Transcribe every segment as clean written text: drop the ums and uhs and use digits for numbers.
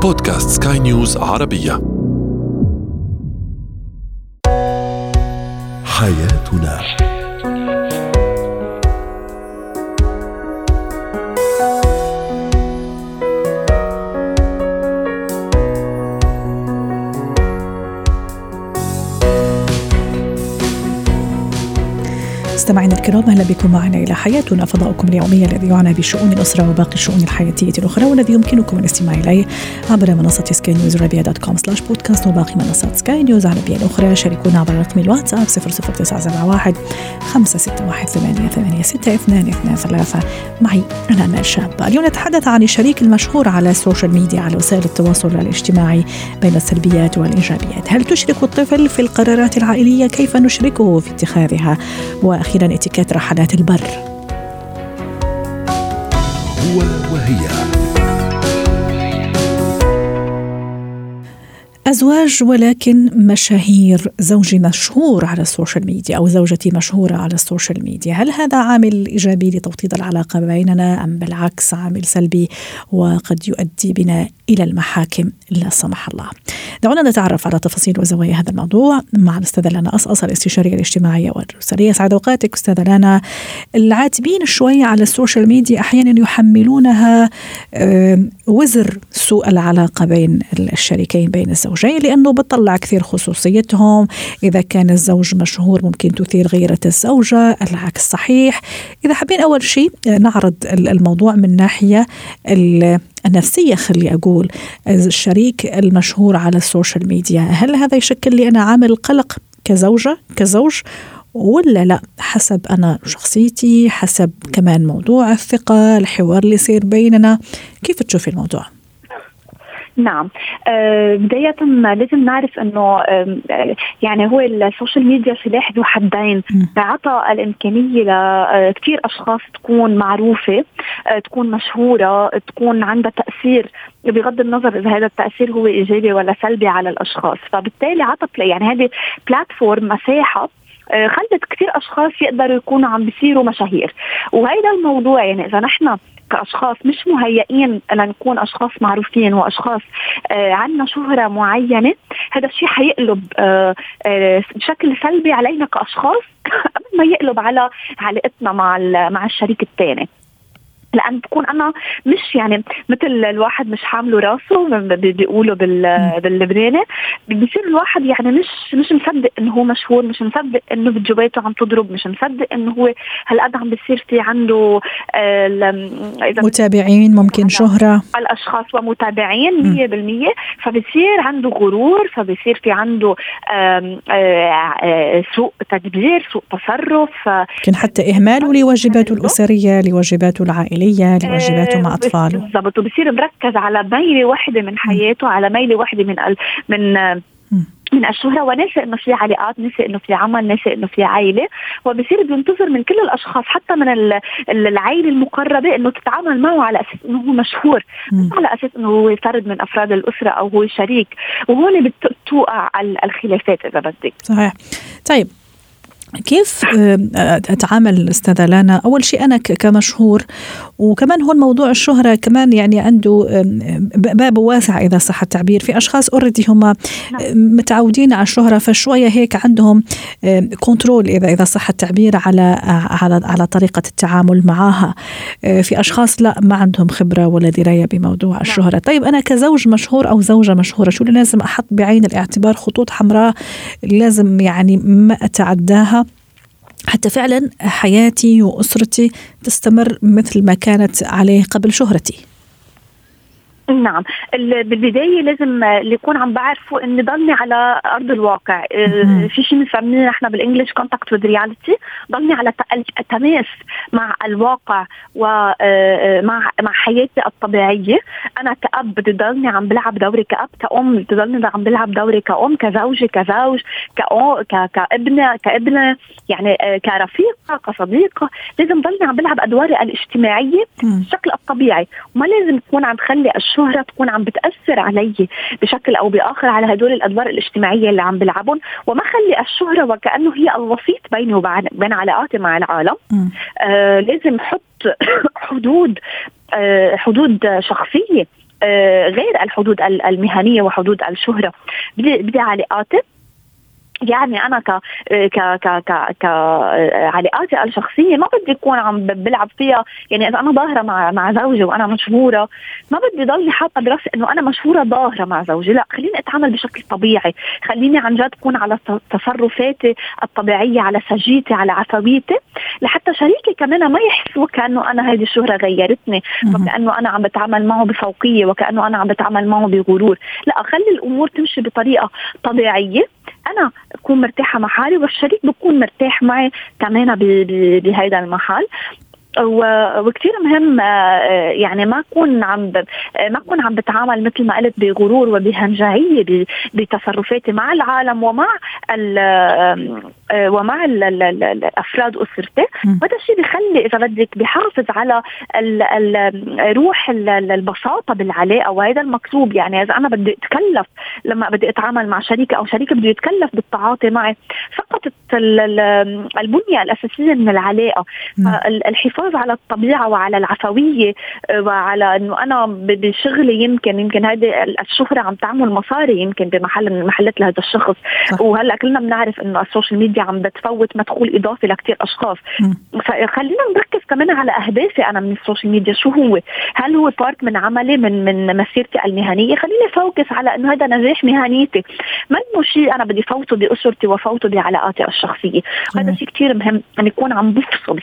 بودكاست سكاي نيوز عربية. حياتنا. مستمعينا الكرام، أهلا بكم معنا إلى حياتنا، فضاؤكم اليومي الذي يعنى بشؤون الأسرة وباقي الشؤون الحياتية الأخرى، والذي يمكنكم الاستماع إليه عبر منصة skynewsarabia.com/podcast وباقي منصات سكاي نيوز عربية الأخرى. شاركونا عبر رقم الواتساب 00971 561 886223. معي أنا أمال شابة. اليوم نتحدث عن الشريك المشهور على السوشيال ميديا، على وسائل التواصل الاجتماعي، بين السلبيات والإيجابيات. هل تشرك الطفل في القرارات العائلية؟ كيف نشركه في اتخاذها؟ وأخيرا اتيكيت رحلات البر. هو وهي. أزواج ولكن مشاهير. زوجي مشهور على السوشيال ميديا أو زوجتي مشهورة على السوشيال ميديا، هل هذا عامل إيجابي لتوطيد العلاقة بيننا أم بالعكس عامل سلبي وقد يؤدي بنا إلى المحاكم لا سمح الله؟ دعونا نتعرف على تفاصيل وزوايا هذا الموضوع مع الأستاذة لانا أصأص، الاستشارية الاجتماعية والأسرية. سعد أوقاتك أستاذة لانا. العاتبين شوية على السوشيال ميديا أحيانا يحملونها وزر سوء العلاقة بين الشريكين، بين الزوجين، لأنه بتطلع كثير خصوصيتهم. إذا كان الزوج مشهور ممكن تثير غيرة الزوجة، العكس صحيح. إذا حابين أول شيء نعرض الموضوع من ناحية النفسية، خلي أقول الشريك المشهور على السوشيال ميديا، هل هذا يشكل لي أنا عامل قلق كزوج ولا لا؟ حسب أنا شخصيتي، حسب كمان موضوع الثقة، الحوار اللي يصير بيننا. كيف تشوفي الموضوع؟ نعم، بداية لازم نعرف أنه يعني هو السوشيال ميديا سلاح ذو حدين. عطى الإمكانية لكثير أشخاص تكون معروفة، تكون مشهورة، تكون عندها تأثير بغض النظر إذا هذا التأثير هو إيجابي ولا سلبي على الأشخاص. فبالتالي عطت يعني هذه بلاتفورم، مساحة خلت كثير أشخاص يقدروا يكونوا عم بيصيروا مشاهير. وهذا الموضوع يعني إذا نحن كأشخاص مش مهيئين أن نكون أشخاص معروفين وأشخاص عنا شهرة معينة، هذا الشيء حيقلب بشكل سلبي علينا كأشخاص قبل ما يقلب على علاقتنا مع الشريك الثاني. لأن تكون أنا مش يعني مثل الواحد مش حامله راسه بيقولوا باللبناني، بيصير الواحد يعني مش مصدق إنه هو مشهور، مش مصدق إنه فيديوهاته عم تضرب، مش مصدق إنه هو هالقد عم بيصير في عنده متابعين، ممكن شهرة الأشخاص ومتابعين 100%. فبيصير عنده غرور، فبيصير في عنده سوء تدبير، سوء تصرف، يمكن حتى إهماله لواجباته الأسرية، لواجباته العائلية، لواجباته مع أطفاله. بالضبط. وبصير مركز على ميلة واحدة من حياته، على ميلة واحدة من الشهرة، وناسي إنه في علاقات، ناسي إنه في عمل، ناسي إنه في عائلة. وبصير بينتظر من كل الأشخاص حتى من العائلة المقربة إنه تتعامل معه على أساس إنه هو مشهور، مش على أساس إنه هو فرد من أفراد الأسرة أو هو شريك. وهون بتوقع الخلافات إذا بدك. صحيح. طيب كيف أتعامل أستاذة لانا؟ أول شيء أنا كمشهور، وكمان هون موضوع الشهرة كمان يعني عنده باب واسع إذا صح التعبير. في أشخاص أوريدي هم متعودين على الشهرة، فشوية هيك عندهم كنترول إذا صح التعبير على طريقة التعامل معها. في أشخاص لا، ما عندهم خبرة ولا دراية بموضوع الشهرة. طيب أنا كزوج مشهور أو زوجة مشهورة، شو اللي لازم أحط بعين الاعتبار، خطوط حمراء لازم يعني ما أتعداها حتى فعلا حياتي وأسرتي تستمر مثل ما كانت عليه قبل شهرتي؟ نعم، بالبداية لازم اللي يكون عم بعرفه إني ضلني على أرض الواقع. في شيء بنسميه نحن بالإنجليش contact with reality، ضلني على تماس مع الواقع ومع حياتي الطبيعية. أنا كأب بدي ضلني عم بلعب دوري كأب، كأم بدي ضلني عم بلعب دوري كأم، كزوج كابنة يعني كرفيقة كصديقة. لازم ضلني عم بلعب أدواري الاجتماعية بشكل الطبيعي، وما لازم تكون عم تخلي الشهرة تكون عم بتأثر علي بشكل أو بآخر على هدول الأدوار الاجتماعية اللي عم بلعبهم، وما خلي الشهرة وكأنه هي الوسيط بيني وبين علاقاتي مع العالم. لازم حط حدود شخصية غير الحدود المهنية وحدود الشهرة بعلاقاتي. يعني أنا علاقاتي الشخصية ما بدي أكون عم بلعب فيها. يعني إذا أنا ظاهرة مع زوجي وأنا مشهورة، ما بدي ضلني حاطة براسي إنه أنا مشهورة ظاهرة مع زوجي. لا، خليني أتعامل بشكل طبيعي، خليني عن جد أكون على تصرفاتي الطبيعية، على سجيتي، على عفويتي، لحتى شريكي كمان ما يحس وكأنه أنا هيدي الشهرة غيرتني، وكأنه أنا عم بتعامل معه بفوقية، وكأنه أنا عم بتعامل معه بغرور. لا، خلي الأمور تمشي بطريقة طبيعية، أنا أكون مرتاحة مع حالي والشريك بيكون مرتاح معي كمان بهذا المحل. وكتير مهم يعني ما أكون عم بتعامل مثل ما قلت بغرور وبهنجعية بتصرفاتي مع العالم ومع الأفراد أسرتي. هذا الشيء بيخلي إذا بدك بيحافظ على روح البساطة بالعلاقة، وهذا المطلوب. يعني إذا أنا بدي أتكلف لما بدي أتعامل مع شريكي أو شريكي بده يتكلف بالتعاطي معي، فقط البنية الأساسية من العلاقة، الحفاظ على الطبيعة وعلى العفوية وعلى أنه أنا بشغلي يمكن هذه الشهرة عم تعمل مصاري يمكن بمحل من المحلات لهذا الشخص. وهلأ كلنا بنعرف أنه السوشيال ميديا عم بتفوت مدخول إضافي لكتير أشخاص. فخلينا نركز كمان على أهدافي أنا من السوشيال ميديا. شو هو؟ هل هو بارت من عملي من مسيرتي المهنية؟ خليني فوكس على أنه هذا نجاح مهنيتي، ما أنه شيء أنا بدي فوته بأسرتي وفوته بعلاقاتي الشخصية. هذا شيء كتير مهم أن يكون عم بفصل.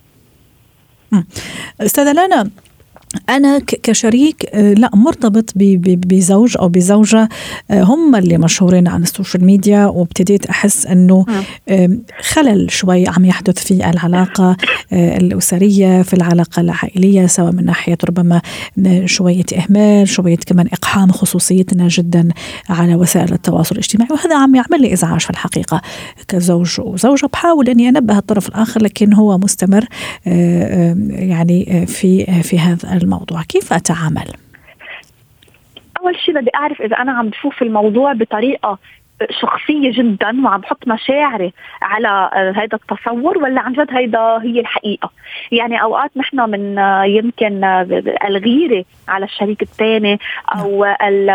أستاذة لانا، أنا كشريك لا مرتبط بزوج أو بزوجة هم اللي مشهورين عن السوشيال ميديا، وابتديت أحس أنه خلل شوي عم يحدث في العلاقة الأسرية، في العلاقة العائلية، سواء من ناحية ربما شوية إهمال، شوية كمان إقحام خصوصيتنا جدا على وسائل التواصل الاجتماعي، وهذا عم يعمل لي إزعاج في الحقيقة كزوج وزوجة. بحاول أني أنبه الطرف الآخر لكن هو مستمر يعني في هذا الموضوع. كيف أتعامل؟ أول شيء بدي أعرف إذا أنا عم بشوف الموضوع بطريقة شخصية جدا وعم بحط مشاعري على هذا التصور، ولا عن جد هيدا هي الحقيقة. يعني أوقات نحن من يمكن الغيرة على الشريك الثاني أو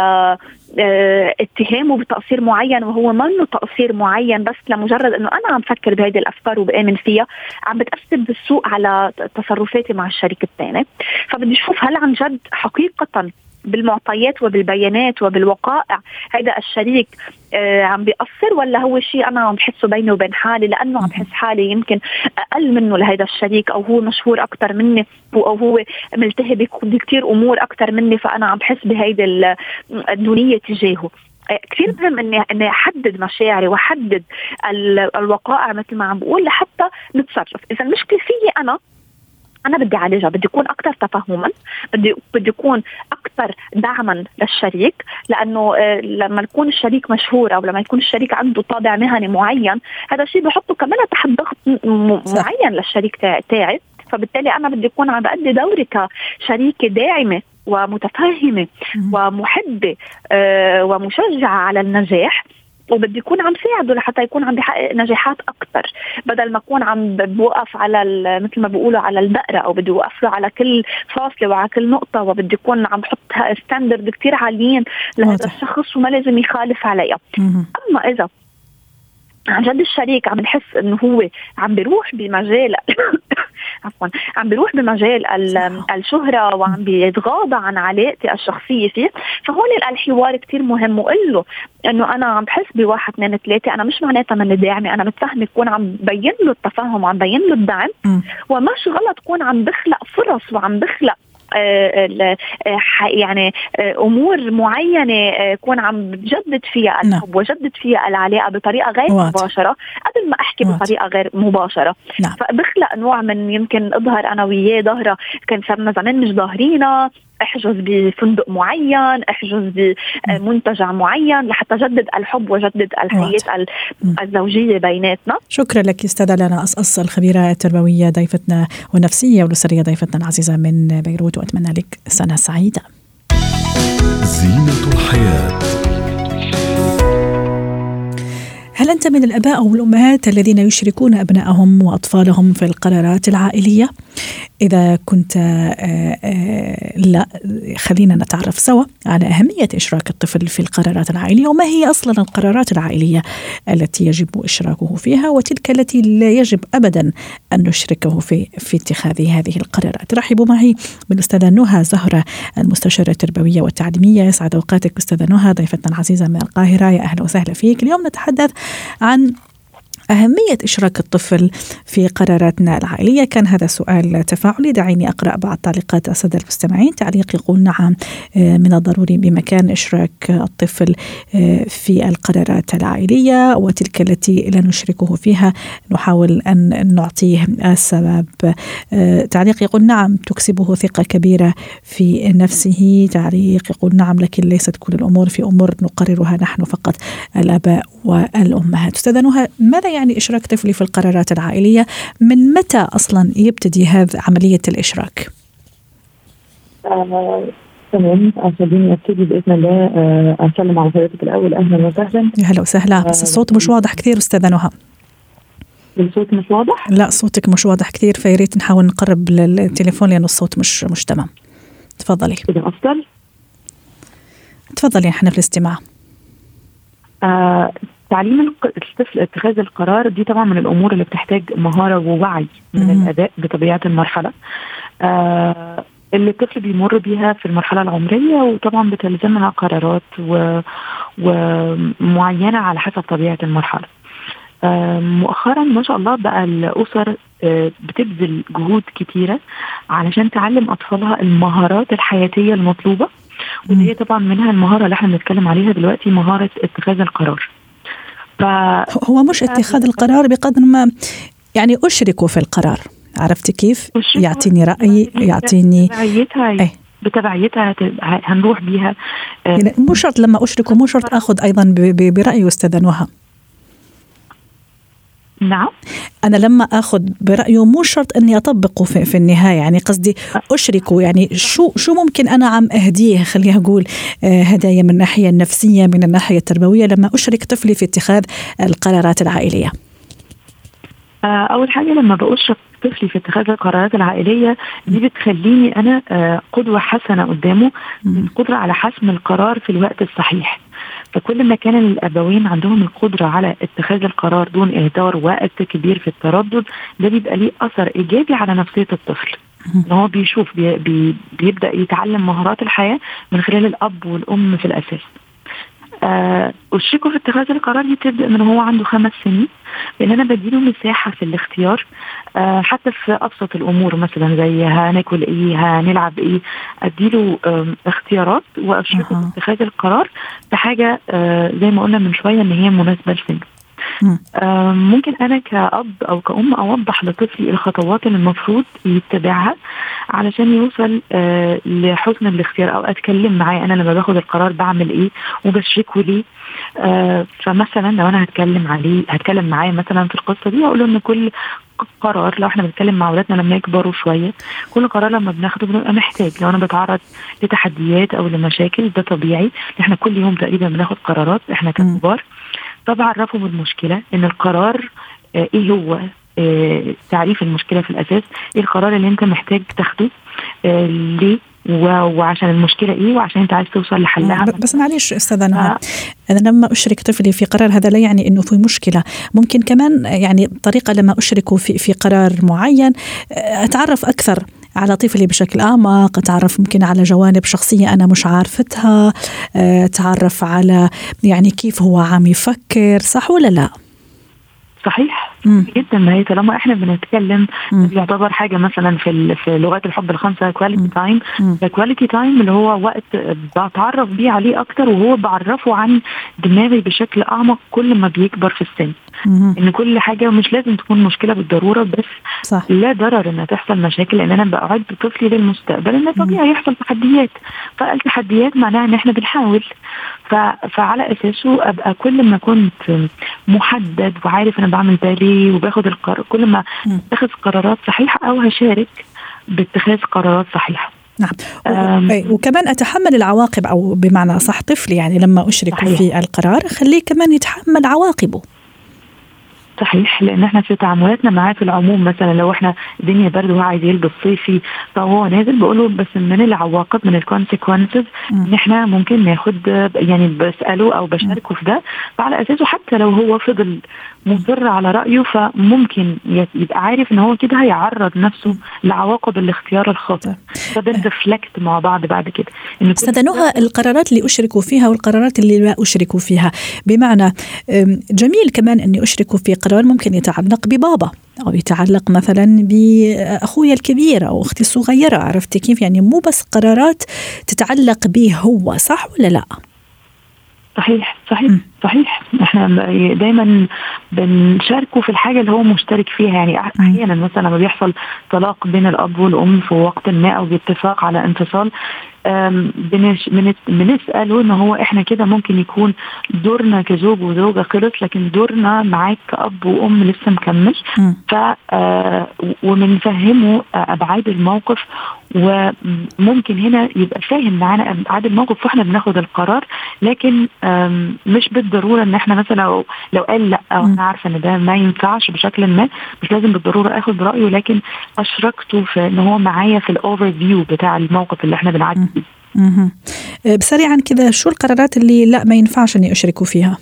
اتهامه بتقصير معين وهو منه تقصير معين، بس لمجرد أنه أنا عم فكر بهذه الأفكار وبآمن فيها، عم بتأثر بالسوء على تصرفاتي مع الشريك الثاني. فبدي أشوف هل عن جد حقيقة بالمعطيات وبالبيانات وبالوقائع هذا الشريك عم بيأثر، ولا هو شيء أنا عم بحسه بيني وبين حالي لأنه عم بحس حالي يمكن أقل منه لهذا الشريك، أو هو مشهور أكتر مني، أو هو ملتهي بكتير أمور أكتر مني، فأنا عم بحس بهيدا الدونية تجاهه. كثير مهم إني أحدد مشاعري وأحدد الوقائع مثل ما عم بقول لحتى نتصرف. إذا المشكلة فيي أنا بدي أعالجها، بدي أكون أكتر تفهما، بدي أكون أكتر دعما للشريك، لأنه لما يكون الشريك مشهور أو لما يكون الشريك عنده طابع مهني معين، هذا الشيء بحطه كمان تحت ضغط معين للشريك تاعي. فبالتالي أنا بدي أكون عم بأدي دوري كشريكة داعمة ومتفهمة ومحبة ومشجعة على النجاح، وبدي يكون عم ساعده لحتى يكون عم بيحقق نجاحات أكتر، بدل ما أكون عم بوقف على مثل ما بيقولوا على البقرة، أو بدي وقف له على كل فاصلة وعلى كل نقطة، وبدي يكون عم بحط ستاندرد كتير عاليين لهذا الشخص وما لازم يخالف عليها. أما إذا عن جد الشريك عم نحس إنه هو عم بيروح بمجال عفوا عم بيروح بمجال الشهرة وعم بيتغاضى عن علاقتي الشخصية فيه، فهون الحوار كتير مهم، وقل له انه انا عم بحس بواحد اثنين ثلاثة، انا مش معناتها مني داعمة، انا متفهمة، تكون عم بين له التفاهم وعم بين له الدعم، ومش غلط تكون عم بخلق فرص وعم بخلق يعني أمور معينة كون عم بجدد فيها الحب وجدد فيها العلاقة بطريقة غير مباشرة قبل ما أحكي بطريقة غير مباشرة. فبخلق نوع من يمكن أظهر أنا وياه ظهرة كان صرنا زمان مش ظاهرينا، احجز بفندق معين، احجز بمنتجع معين لحتى جدد الحب وجدد الحياة الزوجية بيناتنا. شكرا لك أستاذة لانا أصأص، الخبيرة التربوية ضيفتنا والنفسية والأسرية ضيفتنا العزيزة من بيروت، وأتمنى لك سنة سعيدة. زينة الحياة. هل هل أنت من الآباء أو الأمهات الذين يشركون أبنائهم وأطفالهم في القرارات العائلية؟ إذا كنت لا، خلينا نتعرف سوا على أهمية إشراك الطفل في القرارات العائلية، وما هي أصلا القرارات العائلية التي يجب إشراكه فيها وتلك التي لا يجب أبدا أن نشركه في اتخاذ هذه القرارات. رحبوا معي بالأستاذة نهى زهرة، المستشارة التربوية والتعليمية. يسعد أوقاتك أستاذة نهى، ضيفتنا العزيزة من القاهرة. يا أهلا وسهلا فيك. اليوم نتحدث عن أهمية إشراك الطفل في قراراتنا العائلية. كان هذا سؤال تفاعلي، دعيني أقرأ بعض تعليقات السادة المستمعين. تعليق يقول: نعم، من الضروري بمكان إشراك الطفل في القرارات العائلية، وتلك التي لا نشركه فيها نحاول أن نعطيه السبب. تعليق يقول: نعم، تكسبه ثقة كبيرة في نفسه. تعليق يقول: نعم، لكن ليست كل الأمور، في أمور نقررها نحن فقط، الآباء والأمهات. أستاذة نهى، ماذا يعني إشراك طفلي في القرارات العائلية؟ من متى أصلا يبتدي هذا عملية الإشراك؟ تمام، خليني أبتدي بإذن الله. أسلم على حضرتك الأول، أهلا وسهلا. هلا وسهلا. بس الصوت مش واضح كثير أستاذة نهى. الصوت مش واضح؟ لا، صوتك مش واضح كثير، فياريت نحاول نقرب للتليفون لأنه الصوت مش تمام. تفضلي. كده أفضل؟ تفضلي، احنا في الاستماع. تعليم الطفل اتخاذ القرار دي طبعا من الأمور اللي بتحتاج مهارة ووعي من الأداء بطبيعة المرحلة اللي الطفل بيمر بيها في المرحلة العمرية، وطبعا بتلزمها قرارات ومعينة على حسب طبيعة المرحلة. مؤخرا ما شاء الله بقى الأسر بتبذل جهود كتيرة علشان تعلم أطفالها المهارات الحياتية المطلوبة، واللي هي طبعا منها المهارة اللي احنا بنتكلم عليها دلوقتي، مهارة اتخاذ القرار. هو مش اتخاذ القرار بقدر ما يعني أشركه في القرار. عرفتي كيف؟ يعطيني رأي، يعطيني بتبعيتها هنروح بيها. يعني مو شرط لما أشركه، مو شرط أخذ أيضا برأيه أستاذة نهى. نعم، أنا لما أخذ برأيه مو شرط أني أطبقه في النهاية. يعني قصدي أشركه، يعني شو ممكن أنا عم أهديه، خليها أقول هدايا من الناحية النفسية، من الناحية التربوية، لما أشرك طفلي في اتخاذ القرارات العائلية. أول حاجة لما بأشرك طفلي في اتخاذ القرارات العائلية دي بتخليني أنا قدوة حسنة قدامه، القدرة على حسم القرار في الوقت الصحيح. فكل ما كان الأبوين عندهم القدرة على اتخاذ القرار دون إهدار وقت كبير في التردد، ده بيبقى ليه أثر إيجابي على نفسية الطفل. إن هو بيشوف بيبدأ يتعلم مهارات الحياة من خلال الأب والأم في الأساس. أشركه في اتخاذ القرار دي تبدأ من هو عنده 5 سنين، لأن أنا بديله مساحة في الاختيار حتى في أبسط الأمور، مثلا زي هناكل إيه، هنلعب إيه، أديله اختيارات وأشركه في اتخاذ القرار بحاجة زي ما قلنا من شوية إن هي مناسبة لسنه. ممكن أنا كأب أو كأم أوضح لطفلي الخطوات اللي المفروض يتبعها علشان يوصل لحسن الاختيار، أو أتكلم معاه أنا لما باخد القرار بعمل إيه وبشركه ليه. فمثلا لو أنا هتكلم معاه مثلا في القصة دي، أقول له إن كل قرار، لو احنا بنتكلم مع أولادنا لما يكبروا شوية، كل قرار لما بناخده بنبقى محتاج، لو أنا بتعرض لتحديات أو لمشاكل ده طبيعي، احنا كل يوم تقريبا بناخد قرارات احنا ككبار. طب عرفهم المشكلة، ان القرار ايه هو، تعريف المشكلة في الأساس، ايه القرار اللي انت محتاج تاخده، ليه وعشان المشكلة ايه، وعشان انت عايز توصل لحلها. بس معليش استاذة نهى، أنا لما أشرك طفلي في قرار هذا لا يعني إنه في مشكلة. ممكن كمان يعني طريقة لما أشركه في قرار معين أتعرف أكثر على طفلي بشكل أعمق، أتعرف ممكن على جوانب شخصية أنا مش عارفتها، أتعرف على يعني كيف هو عم يفكر، صح ولا لا؟ صحيح جدا. ما هي طالما احنا بنتكلم يعتبر حاجه مثلا في لغات الحب الخمسه كواليتي تايم. الكواليتي تايم اللي هو وقت بتعرف بيه عليه اكتر، وهو بعرفه عن دماغي بشكل اعمق كل ما بيكبر في السن. ان كل حاجه مش لازم تكون مشكله بالضروره، بس صح. لا ضرر ان تحصل مشاكل، لان انا بأعد طفلي للمستقبل، ان طبيعي يحصل تحديات. فالتحديات معناها ان احنا بنحاول، فعلى اساسه ابقى كل ما كنت محدد وعارف انا بعمل بالي وباخد القرار، كل ما اتخذ قرارات صحيحه او هشارك باتخاذ قرارات صحيحه. نعم. وكمان أتحمل العواقب، أو بمعنى صح طفلي يعني لما أشرك في القرار خليه كمان يتحمل عواقبه. صحيح، لان احنا في تعاملاتنا معاه في العموم، مثلا لو احنا الدنيا برد وهو عايز يلبس صيفي فهو نازل، بقوله بس من العواقب من الكونسيكونسز ان احنا ممكن ناخد، يعني بسأله او بشاركه في ده، فعلى اساسه حتى لو هو فضل مصر على رأيه فممكن يبقى عارف ان هو كده هيعرض نفسه لعواقب الاختيار الخاطئ، فبنرفلكت مع بعض بعد كده. أستاذة نهى، القرارات اللي أشركوا فيها والقرارات اللي لا أشركوا فيها، بمعنى جميل كمان أني أشركوا في قرار ممكن يتعلق ببابا أو يتعلق مثلا بأخويا الكبير أو أختي الصغيرة، عرفتي كيف؟ يعني مو بس قرارات تتعلق به هو، صح ولا لا؟ صحيح احنا دايما بنشاركه في الحاجة اللي هو مشترك فيها. يعني احيانا مثلا لما بيحصل طلاق بين الاب والام في وقت ما او باتفاق على انفصال، بنسأله ان هو احنا كده ممكن يكون دورنا كزوج وزوجة خلص، لكن دورنا معاك كأب وأم لسه مكمل. ومنفهمه ابعاد الموقف، وممكن هنا يبقى فاهم معانا ابعاد الموقف واحنا بناخد القرار، لكن مش بالضرورة ان احنا مثلا لو قال لا وانا عارفة ان ده ما ينفعش بشكل ما، مش لازم بالضرورة اخد رأيه، لكن اشركته في ان هو معايا في الاوفر فيو بتاع الموقف اللي احنا بنعدي فيه. بسريعا كذا، شو القرارات اللي لا ما ينفعش اني اشركوا فيها؟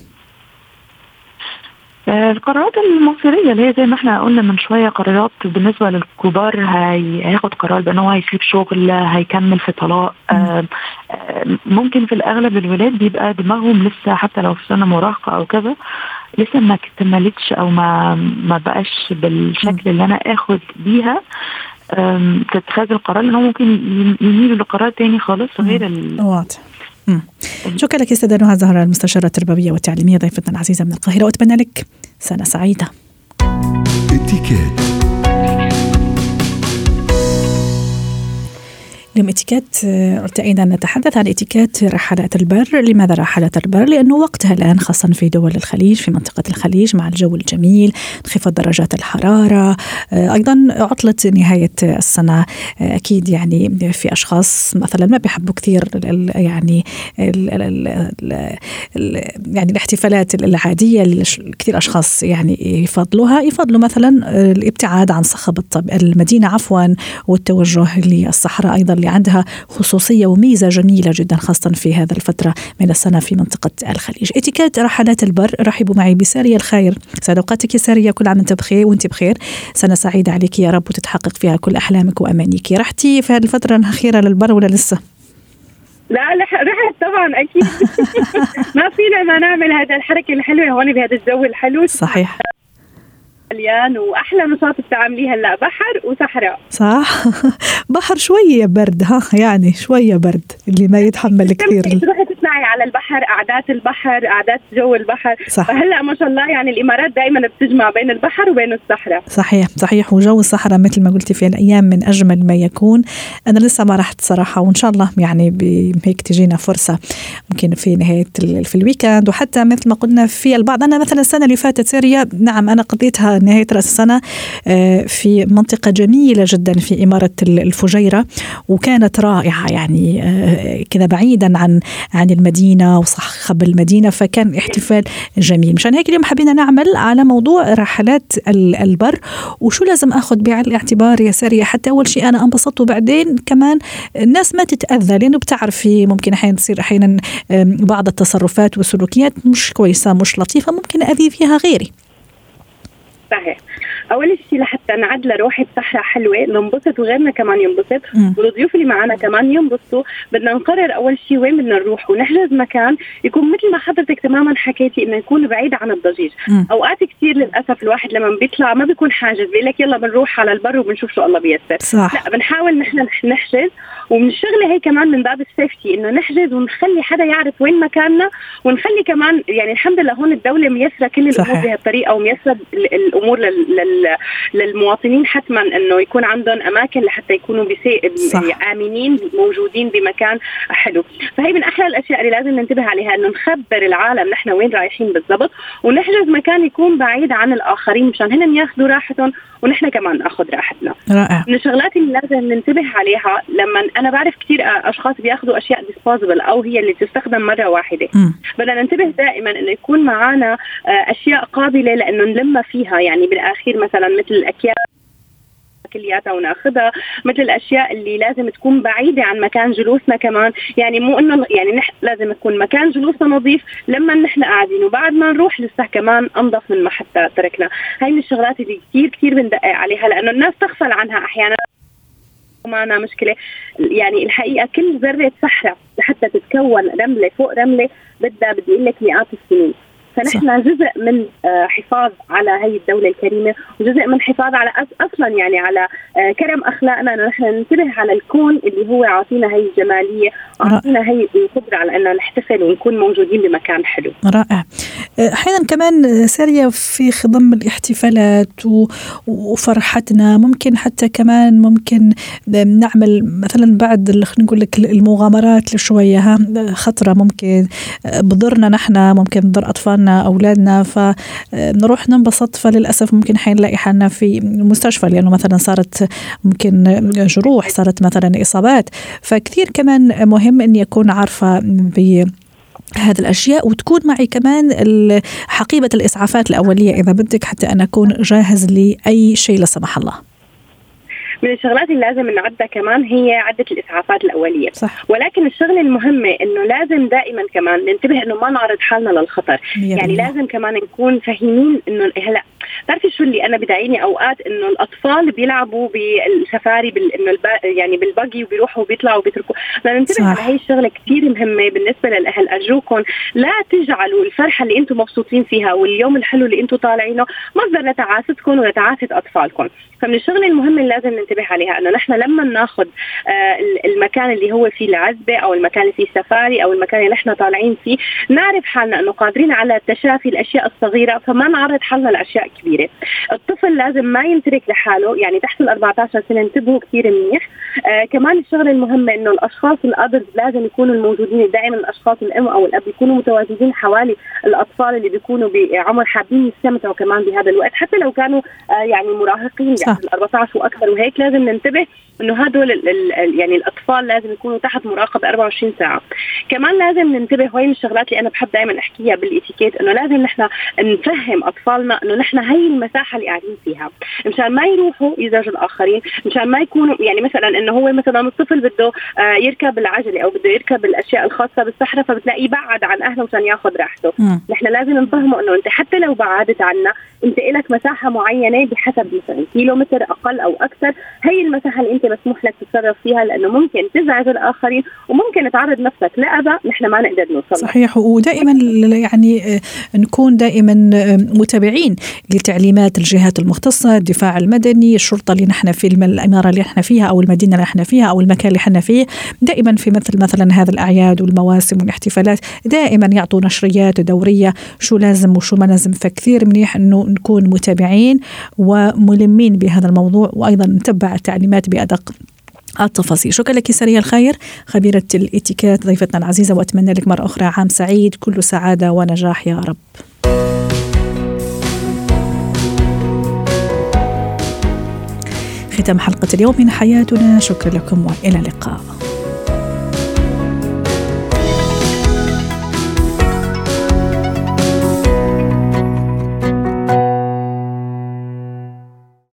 القرارات المصيرية اللي هي زي ما احنا قلنا من شوية، قرارات بالنسبة للكبار هياخد قرار بأنه هو هيسيب شغل، هيكمل في طلاق. ممكن في الأغلب الولاد بيبقى دماغهم لسه حتى لو في سنة مراهقة أو كذا لسه ما اكتملتش أو ما بقاش بالشكل اللي أنا أخد بيها تتخذ القرار، لأنه ممكن يميلوا لقرار تاني خالص غير واضح. شكرا لك أستاذة نهى زهرة، المستشارة التربوية والتعليمية، ضيفتنا العزيزة من القاهرة، وأتمنى لك سنة سعيدة. اليوم اتيكيت ارتئينا نتحدث عن اتيكيت رحلات البر. لماذا رحلات البر؟ لأنه وقتها الآن خاصة في دول الخليج، في منطقة الخليج، مع الجو الجميل، انخفاض درجات الحرارة، أيضا عطلة نهاية السنة. أكيد يعني في أشخاص مثلا ما بيحبوا كثير يعني الاحتفالات العادية، كثير أشخاص يعني يفضلوا مثلا الابتعاد عن صخب المدينة والتوجه للصحراء أيضا، اللي عندها خصوصية وميزة جميلة جدا خاصة في هذا الفترة من السنة في منطقة الخليج. اتيكيت رحلات البر. رحبوا معي بسارية الخير. سعد أوقاتك يا سارية، كل عام وانت بخير وانت بخير، سنة سعيدة عليك يا رب وتتحقق فيها كل أحلامك وأمانيك. رحتي في هذه الفترة الأخيرة للبر ولا لسه؟ لا رحت طبعا أكيد. ما فينا ما نعمل هذا الحركة الحلوة هون بهذا الجو الحلو. صحيح، واحلى نشاط بتعمليه هلا بحر وصحراء. صح. بحر شويه برد، يعني شويه برد اللي ما يتحمل كثير. تروحي تطلعي على البحر، قعدات البحر، قعدات جو البحر. صح. فهلا ما شاء الله يعني الامارات دائما بتجمع بين البحر وبين الصحراء. صحيح. وجو الصحراء مثل ما قلتي في الايام من اجمل ما يكون. انا لسه ما رحت صراحه، وان شاء الله يعني هيك تجينا فرصه ممكن في نهايه في الويكند، وحتى مثل ما قلنا في البعض. انا مثلا السنه اللي فاتت سارية، نعم انا قضيتها نهاية رأس السنة في منطقة جميلة جدا في إمارة الفجيرة، وكانت رائعة يعني كذا بعيدا عن المدينة وصخب المدينة، فكان احتفال جميل. مشان هيك اليوم حبينا نعمل على موضوع رحلات البر، وشو لازم أخذ بعين الاعتبار يا سارية حتى أول شيء أنا أنبسط، وبعدين كمان الناس ما تتأذى، لأنه بتعرفي ممكن أحيانا تصير أحيانا بعض التصرفات والسلوكيات مش كويسة مش لطيفة، ممكن أذي فيها غيري. صحيح. أول شيء لحتى نعد لروحة صحراء حلوة ننبسط وغيرنا كمان ينبسط والضيوف اللي معنا كمان ينبسطوا، بدنا نقرر أول شيء وين بدنا نروح ونحجز مكان يكون مثل ما حضرتك تماما حكيتي إنه يكون بعيد عن الضجيج. أوقات كتير للأسف الواحد لما بيطلع ما بيكون حاجز، بيقول لك يلا بنروح على البر وبنشوف شو الله بيسر. صح. لا، بنحاول نحن نحجز، ومن الشغلة هي كمان من باب السيفتي إنه نحجز ونخلي حدا يعرف وين مكاننا، ونخلي كمان يعني الحمد لله هون الدولة ميسرة كل الأمور بهالطريقة، وميسرة الأمور للمواطنين حتما انه يكون عندهم اماكن لحتى يكونوا امنين موجودين بمكان حلو. فهي من احلى الاشياء اللي لازم ننتبه عليها، انه نخبر العالم نحن وين رايحين بالضبط، ونحجز مكان يكون بعيد عن الاخرين مشان هن ياخذوا راحتهم ونحن كمان ناخذ راحتنا. رائع. من الشغلات اللي لازم ننتبه عليها، لما انا بعرف كثير اشخاص بياخذوا اشياء ديسبوزبل او هي اللي تستخدم مره واحده، بدنا ننتبه دائما انه يكون معنا اشياء قابله لانه نلم فيها، يعني بالاخير مثلا مثل الاكياس كلياتها وناخذها، مثل الاشياء اللي لازم تكون بعيده عن مكان جلوسنا كمان، يعني مو انه يعني نحن لازم يكون مكان جلوسنا نظيف لما نحن قاعدين، وبعد ما نروح لسه كمان انظف من ما حتى تركنا. هاي من الشغلات اللي كثير بندقق عليها لانه الناس تغفل عنها احيانا. معنا مشكله يعني الحقيقه كل ذره صحراء لحتى تتكون رمله فوق رمله بدي اقول لك مئات السنين. فنحن جزء من حفاظ على هي الدولة الكريمة، وجزء من حفاظ على أصلا يعني على كرم أخلاقنا، أنه نحن ننتبه على الكون اللي هو عاطينا هي الجمالية، عاطينا هي القدرة على أن نحتفل ونكون موجودين بمكان حلو. رائع. أحيانا كمان سارية في خضم الاحتفالات وفرحتنا ممكن حتى كمان ممكن نعمل مثلا بعد خلينا نقول لك المغامرات لشوية خطرة ممكن بضرنا نحن، ممكن بضر أطفالنا أولادنا، فنروح ننبسط، فللأسف ممكن حنلاقي حالنا في المستشفى لأنه مثلا صارت ممكن جروح، صارت مثلا إصابات. فكثير كمان مهم أن يكون عارفة هذه الأشياء، وتكون معي كمان حقيبة الإسعافات الأولية إذا بدك حتى أنا أكون جاهز لأي شيء لا سمح الله. من الشغلات اللي لازم نعدها كمان هي عدة الإسعافات الأولية. صح. ولكن الشغلة المهمة إنه لازم دائما كمان ننتبه إنه ما نعرض حالنا للخطر. يعني لازم كمان نكون فاهمين إنه هلا تعرفي شو اللي أنا بدعيني أوقات إنه الأطفال بيلعبوا بالسفاري إنه يعني بالباجي وبيروحوا وبيطلعوا وبيتركوا. ننتبه على هاي الشغلة كتير مهمة بالنسبة للأهل. أرجوكم لا تجعلوا الفرحة اللي أنتم مبسوطين فيها واليوم الحلو اللي أنتم طالعينه مصدر لتعاستكم ولتعاسة أطفالكم. فمن الشغلة المهمة اللي لازم ننتبه عليها أنه نحن لما ناخذ المكان اللي هو فيه العزبة أو المكان اللي فيه سفاري أو المكان اللي نحن طالعين فيه، نعرف حالنا أنه قادرين على تشافي الأشياء الصغيرة، فما نعرض حالنا لأشياء كبيرة. الطفل لازم ما ينترك لحاله، يعني تحت 14 سنة انتبهوا كثير منيح. كمان الشغلة المهمة أنه الأشخاص الأدلت لازم يكونوا الموجودين، دائما الأشخاص الأم أو الأب يكونوا متواجدين حوالي الأطفال اللي بيكونوا بعمر حابين يستمتعوا كمان بهذا الوقت، حتى لو كانوا يعني مراهقين يعني 14 وأكثر. وهيك لازم ننتبه إنه هدول يعني الأطفال لازم يكونوا تحت مراقبة 24 ساعة. كمان لازم ننتبه، وهي من الشغلات اللي أنا بحب دائما أحكيها بالإتيكيت، إنه لازم نحن نفهم أطفالنا إنه نحن هاي المساحة اللي قاعدين فيها مشان ما يروحوا يزعجوا الآخرين، مشان ما يكونوا يعني مثلا إنه هو مثلا الطفل بده يركب العجلة أو بده يركب الأشياء الخاصة بالصحراء، فبتلاقيه بعد عن أهله مشان ياخذ راحته. نحن لازم نفهمه إنه أنت حتى لو بعدت عنا أنت إلك مساحة معينة بحسب مثلا كيلومتر أقل أو أكثر، هي المساحة اللي أنت مسموح لك تتصرف فيها، لأنه ممكن تزعج الآخرين وممكن تعرض نفسك لأذى نحن ما نقدر نوصل. صحيح. ودائما يعني نكون دائما متابعين لتعليمات الجهات المختصة، الدفاع المدني، الشرطة اللي نحن في الإمارة اللي نحن فيها أو المدينة اللي نحن فيها أو المكان اللي نحن فيه، دائما في مثلا هذه الأعياد والمواسم والاحتفالات دائما يعطوا نشريات دورية شو لازم وشو ما لازم. فكثير منيح أنه نكون متابعين وملمين بهذا الموضوع، وأيضا نتبع التعليمات بأدق التفاصيل. شكرا لك سارية الخير، خبيرة الاتيكيت، ضيفتنا العزيزة، وأتمنى لك مرة أخرى عام سعيد كله سعادة ونجاح يا رب. ختام حلقة اليوم من حياتنا، شكرا لكم وإلى اللقاء.